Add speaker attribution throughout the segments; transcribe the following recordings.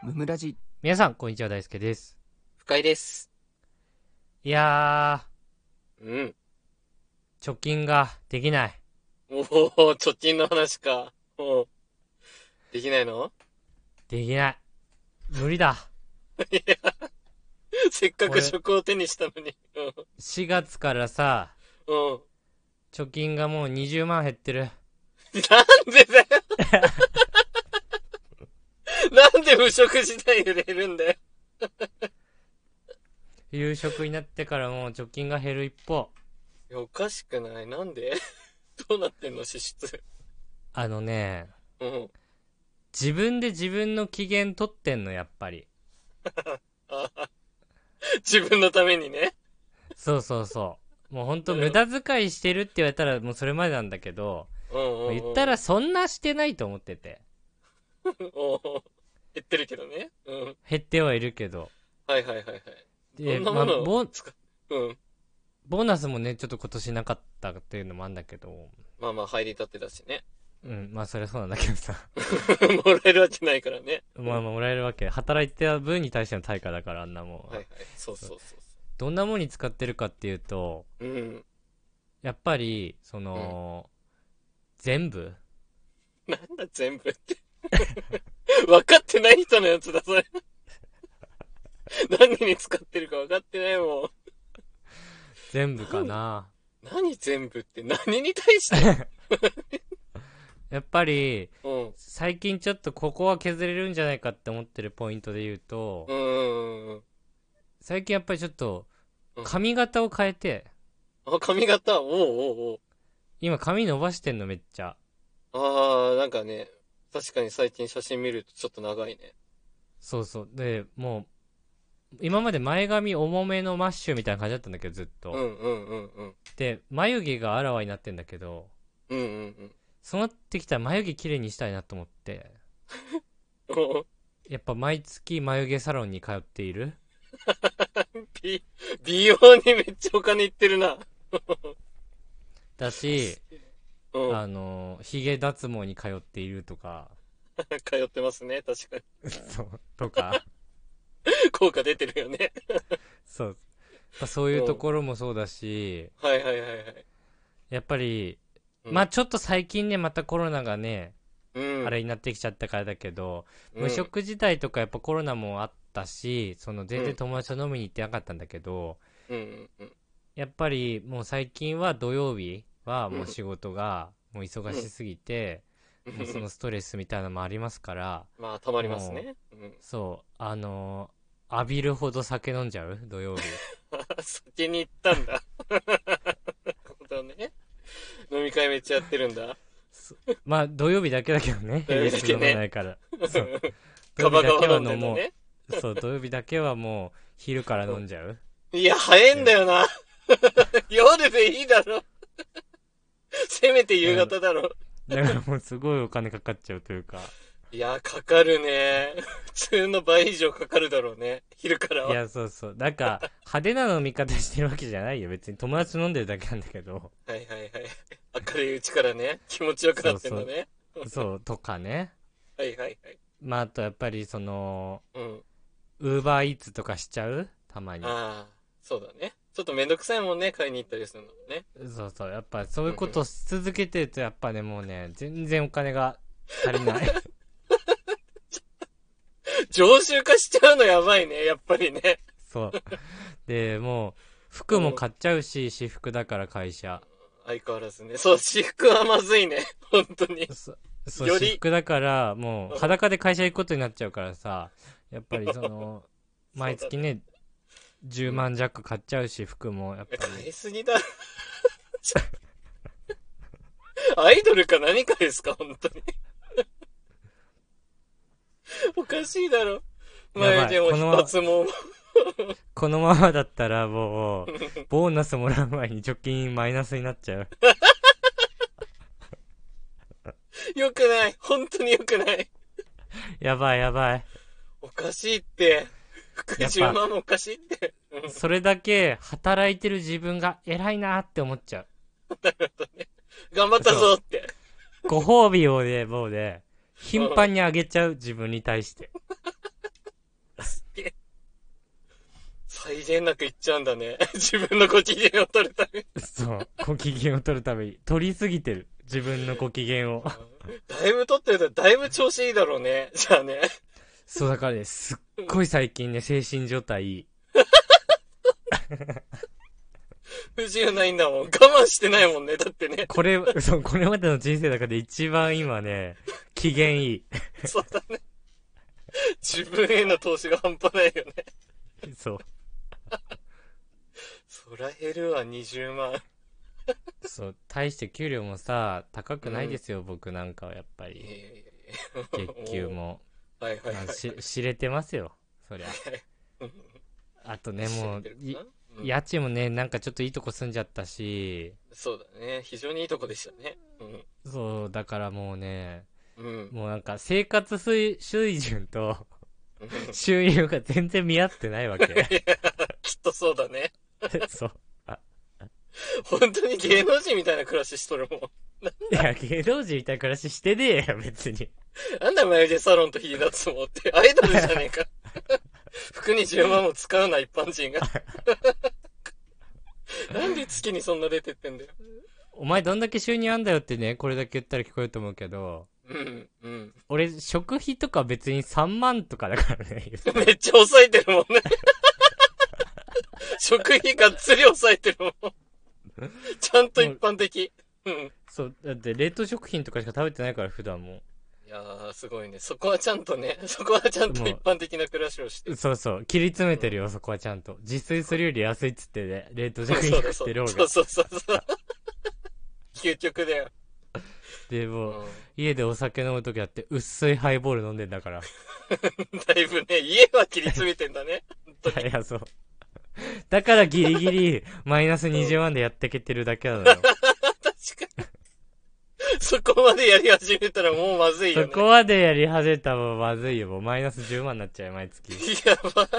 Speaker 1: ムムラジ。
Speaker 2: 皆さん、こんにちは。大輔です。
Speaker 3: 深井です。
Speaker 2: いや
Speaker 3: うん。
Speaker 2: 貯金ができない。
Speaker 3: おお、貯金の話か。おうできないの？
Speaker 2: できない。無理だ。
Speaker 3: いや、せっかく
Speaker 2: 俺、
Speaker 3: 職を手にしたのに。
Speaker 2: 4月からさ、
Speaker 3: うん。うん。
Speaker 2: 貯金がもう20万減ってる。
Speaker 3: なんでだよ。なんで無職時代で売れるんだよ。
Speaker 2: 夕食になってからもう貯金が減る一方。
Speaker 3: いや、おかしくない？なんで？どうなってんの支出。
Speaker 2: あのね、
Speaker 3: うん。
Speaker 2: 自分で自分の機嫌取ってんの、やっぱり。
Speaker 3: 自分のためにね。
Speaker 2: そうそうそう。もうほんと無駄遣いしてるって言われたらもうそれまでなんだけど、
Speaker 3: うんうんうん。
Speaker 2: 言ったらそんなしてないと思ってて。
Speaker 3: おう減ってるけどね。うん。
Speaker 2: 減ってはいるけど。
Speaker 3: はいはいはいはい。ど
Speaker 2: で、
Speaker 3: んなものをうん。
Speaker 2: ボーナスもね、ちょっと今年なかったっていうのもあるんだけど、
Speaker 3: まあまあ入りたてだしね。
Speaker 2: うん、まあそりゃそうなんだけどさ。
Speaker 3: もらえるわけないからね。
Speaker 2: まあまあもらえるわけ。働いてた分に対しての対価だからあんなもんは。
Speaker 3: はいはい。そうそうそう
Speaker 2: どんなもんに使ってるかっていうと、
Speaker 3: そう。うん。
Speaker 2: やっぱり、
Speaker 3: うん
Speaker 2: 全部
Speaker 3: なんだ全部って。分かってない人のやつだ、それ。何に使ってるか分かってないもん。
Speaker 2: 全部かな。
Speaker 3: 何全部って何に対して
Speaker 2: やっぱり、
Speaker 3: うん。
Speaker 2: 最近ちょっとここは削れるんじゃないかって思ってるポイントで言うと、
Speaker 3: うーん。
Speaker 2: 最近やっぱりちょっと、
Speaker 3: うん。
Speaker 2: 髪型を変えて、
Speaker 3: あ、髪型おうおうおう。
Speaker 2: 今髪伸ばしてんのめっちゃ。
Speaker 3: あー、なんかね、確かに最近写真見るとちょっと長いね。
Speaker 2: そうそう。で、もう、今まで前髪重めのマッシュみたいな感じだったんだけど、ずっと。
Speaker 3: うんうんうんうん。
Speaker 2: で、眉毛があらわになってんだけど、
Speaker 3: うんうん
Speaker 2: そうなってきたら眉毛綺麗にしたいなと思って、
Speaker 3: うん。おう
Speaker 2: やっぱ毎月眉毛サロンに通っている。
Speaker 3: 美、美容にめっちゃお金いってるな。
Speaker 2: だし、
Speaker 3: うん。
Speaker 2: 髭脱毛に通っているとか、
Speaker 3: 通ってますね、確かに。
Speaker 2: そう、とか、
Speaker 3: 効果出てるよね。
Speaker 2: そう。やっぱそういうと
Speaker 3: うん。
Speaker 2: ころもそうだし、
Speaker 3: はいはいはいはい。
Speaker 2: やっぱり、
Speaker 3: うん。
Speaker 2: まあちょっと最近ね、またコロナがね、
Speaker 3: うん。
Speaker 2: あれになってきちゃったからだけど、無
Speaker 3: うん。
Speaker 2: 職時代とかやっぱコロナもあったし、全然
Speaker 3: うん。
Speaker 2: 友達と飲みに行ってなかったんだけど、
Speaker 3: うん。うん。
Speaker 2: やっぱりもう最近は土曜日は
Speaker 3: うん。
Speaker 2: もう仕事がもう忙
Speaker 3: うん。
Speaker 2: しすぎて、もうそのストレスみたいなのもありますから、
Speaker 3: まあ、たまります
Speaker 2: もう、
Speaker 3: ね。うん。
Speaker 2: そう、浴びるほど酒飲んじゃう土曜日。
Speaker 3: 先に行ったんだ。なるほどね。飲み会めっちゃやってるんだ。
Speaker 2: まあ土曜日だけだけどね、
Speaker 3: それ
Speaker 2: 平日飲ま
Speaker 3: だけね。
Speaker 2: ないから。そう。土曜
Speaker 3: ガ
Speaker 2: 日だけは
Speaker 3: バガバ飲んで
Speaker 2: 飲も
Speaker 3: んのね。
Speaker 2: う。そう、土曜日だけはもう昼から飲んじゃう。
Speaker 3: いや、早いんだ
Speaker 2: で、
Speaker 3: よな。夜でいいだろ。せめて夕
Speaker 2: だから、
Speaker 3: 方だろ。
Speaker 2: だからもうすごいお金かかっちゃうというか。
Speaker 3: いや、かかるね。普通の倍以上かかるだろうね。昼からは。
Speaker 2: いや、そうそう。なんか、派手な飲み方してるわけじゃないよ。別に友達と飲んでるだけなんだけど。
Speaker 3: はいはいはい。明るいうちからね。気持ちよくな
Speaker 2: そうそう。
Speaker 3: ってんのね。
Speaker 2: そう、とかね。
Speaker 3: はいはいはい。
Speaker 2: まあ、あとやっぱり
Speaker 3: うん。
Speaker 2: ウーバーイーツとかしちゃうたまに。
Speaker 3: ああ、そうだね。ちょっとめんどくさいもんね、買いに行ったりするのもね。
Speaker 2: そうそう。やっぱそういうこ
Speaker 3: うんうん。
Speaker 2: とし続けてると、やっぱね、もうね、全然お金が足りない。
Speaker 3: 常習化しちゃうのやばいね、やっぱりね。
Speaker 2: そう。で、もう、服も
Speaker 3: うん。
Speaker 2: 買っちゃうし、私服だから会社。
Speaker 3: 相変わらずね。そう、私服はまずいね。本当に。
Speaker 2: そ、そう、
Speaker 3: より、
Speaker 2: 私服だから、もう、
Speaker 3: うん
Speaker 2: 裸で会社行くことになっちゃうからさ、やっぱり
Speaker 3: そうだね。
Speaker 2: 毎月ね、10
Speaker 3: うん。
Speaker 2: 万弱買っちゃうし、服も、やっぱり。
Speaker 3: 買いすぎだ。アイドルか何かですか、本当に。おかしいだろ。
Speaker 2: やばい。
Speaker 3: 眉毛も一つも。
Speaker 2: このままだったらもう、ボーナスもらう前に貯金マイナスになっちゃう。
Speaker 3: よくない。本当によくない。
Speaker 2: やばいやばい。
Speaker 3: おかしいって。服10
Speaker 2: やっぱ、
Speaker 3: 万もおかしいって。うん。
Speaker 2: それだけ働いてる自分が偉いなって思っちゃ
Speaker 3: 頑張っ
Speaker 2: う。
Speaker 3: た
Speaker 2: そう。
Speaker 3: ぞって。
Speaker 2: ご褒美をね、もうね、頻
Speaker 3: うん。
Speaker 2: 繁にあげちゃう自分に対して。
Speaker 3: 嫌なく言っちゃうんだね。自分のご機嫌を取るために。
Speaker 2: そう。ご機嫌を取るために。取りすぎてる。自分のご機嫌を。
Speaker 3: だいぶ取ってるとだいぶ調子いいだろうね。じゃあね。
Speaker 2: そう、だからね、すっごい最近ね、精神状態いい。
Speaker 3: 不自由ないんだもん。我慢してないもんね。だってね。
Speaker 2: これ、そう、これまでの人生の中で一番今ね、機嫌いい。
Speaker 3: そうだね。自分への投資が半端ないよね。
Speaker 2: そう。
Speaker 3: そら減るわ、20万。
Speaker 2: そう、大して給料もさ、高くないですよ、僕なんかはやっぱり。月給も。
Speaker 3: はいはいはい。
Speaker 2: 知れてますよ、そりゃ。あとね、もう、家賃もね、なんかちょっといいとこ住んじゃったし。
Speaker 3: そうだね。非常にいいとこでしたね。
Speaker 2: そう、だからもうね、
Speaker 3: うん。
Speaker 2: もうなんか生活水準と収入が全然見合ってないわけ。
Speaker 3: きっとそうだね。
Speaker 2: そう。
Speaker 3: 本当に芸能人みたいな暮らししとるもん。
Speaker 2: いや、芸能人みたいな暮らししてねえよ、別に。
Speaker 3: なんだ眉毛サロンとヒゲ脱毛って。アイドルじゃねえか。服に10万も使うな、一般人が。なんで月にそんな出てってんだよ。
Speaker 2: お前どんだけ収入あんだよってね、これだけ言ったら聞こえると思うけど、俺、食費とか別に3万とかだからね。
Speaker 3: めっちゃ抑えてるもんね。食費がっつり抑えてるもん。ちゃんと一般的。
Speaker 2: そう、だって冷凍食品とかしか食べてないから、普段も。
Speaker 3: いやー、すごいね。そこはちゃんとね、そこはちゃんと一般的な暮らしをして。
Speaker 2: そうそう、切り詰めてるよ、そこはちゃんと。自炊するより安いっつってね、冷凍食品食ってる方が。
Speaker 3: そう。究極だよ。
Speaker 2: で、もう、家でお酒飲むときだって、薄いハイボール飲んでんだから。
Speaker 3: だいぶね、家は切り詰めてんだね。本当に。
Speaker 2: いや、そう。だからギリギリ、マイナス20万でやってけてるだけなのよ。
Speaker 3: 確かに。そこまでやり始めたらもうまずいよね。
Speaker 2: そこまでやり始めたらもうまずいよ。もうマイナス10万になっちゃうよ、毎月。
Speaker 3: やばい。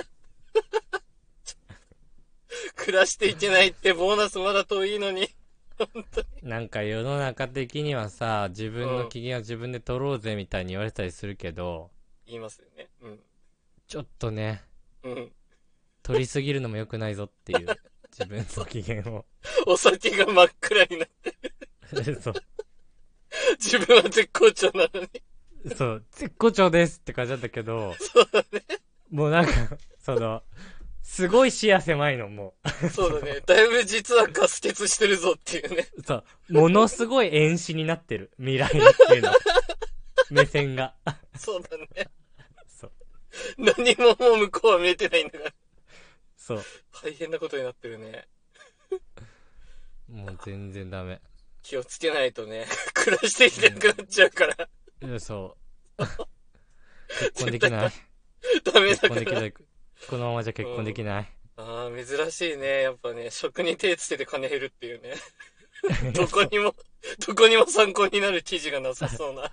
Speaker 3: 暮らしていけないってボーナスまだ遠いのに。本当に。
Speaker 2: なんか世の中的にはさ、自分の機嫌は自分で取ろうぜみたいに言われたりするけど、
Speaker 3: 言いますよね。
Speaker 2: ちょっとね、
Speaker 3: うん。
Speaker 2: 取りすぎるのも良くないぞっていう、自分の機嫌を。
Speaker 3: お酒が真っ暗になってる。
Speaker 2: そう。
Speaker 3: 自分は絶好調なのに。
Speaker 2: そう、絶好調ですって感じだったけど、
Speaker 3: そうだね。
Speaker 2: もうなんか、すごい視野狭いの、もう。
Speaker 3: そうだね。だいぶ実はガス欠してるぞっていうね。
Speaker 2: そう、ものすごい遠視になってる。未来のっていうの。目線が。
Speaker 3: そうだね。
Speaker 2: そう。
Speaker 3: 何ももう向こうは見えてないんだから。
Speaker 2: そう。
Speaker 3: 大変なことになってるね。
Speaker 2: もう全然ダメ。
Speaker 3: 気をつけないとね、暮らしていけなくなっちゃうから。
Speaker 2: そう。結婚できない。
Speaker 3: ダメだから。
Speaker 2: 結婚できない。このままじゃ結婚できない。
Speaker 3: ああ、珍しいね。やっぱね、食に手つけて金減るっていうね。どこにも参考になる記事がなさそうな。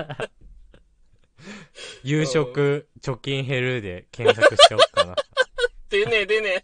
Speaker 2: 夕食、貯金減るで検索しちゃおうかな。
Speaker 3: 出ねえ。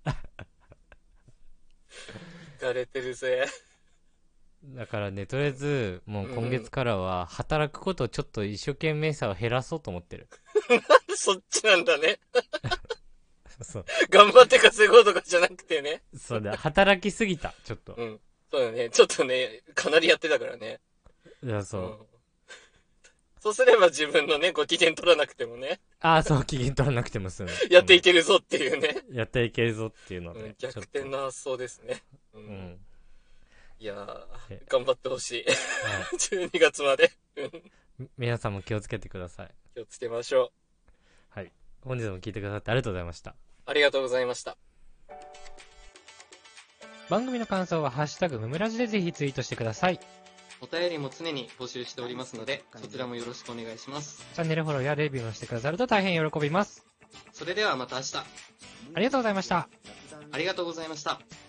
Speaker 3: いかれてるぜ。
Speaker 2: だからね、とりあえず、もう今月からは、働くことをちょっと一生懸命さを減らそうと思ってる。
Speaker 3: そっちなんだね。
Speaker 2: そう。
Speaker 3: 頑張って稼ごうとかじゃなくてね。
Speaker 2: そうだ、働きすぎた、ちょっと。
Speaker 3: そうだね。ちょっとね、かなりやってたからね。
Speaker 2: いや、そう。
Speaker 3: そうすれば自分のね、ご機嫌取らなくてもね。
Speaker 2: そう、機嫌取らなくても済む。
Speaker 3: やっていけるぞっていうね。
Speaker 2: やっていけるぞっていうので。
Speaker 3: 逆転の発想ですね。いやー、頑張ってほしい。12月まで。
Speaker 2: 皆さんも気をつけてください。
Speaker 3: 気をつけましょう。
Speaker 2: はい。本日も聞いてくださってありがとうございました。
Speaker 3: ありがとうございました。
Speaker 2: 番組の感想はハッシュタグムムラジでぜひツイートしてください。
Speaker 3: お便りも常に募集しておりますので、そちらもよろしくお願いします。
Speaker 2: チャンネルフォローやレビューもしてくださると大変喜びます。
Speaker 3: それではまた明日。
Speaker 2: ありがとうございました。
Speaker 3: ありがとうございました。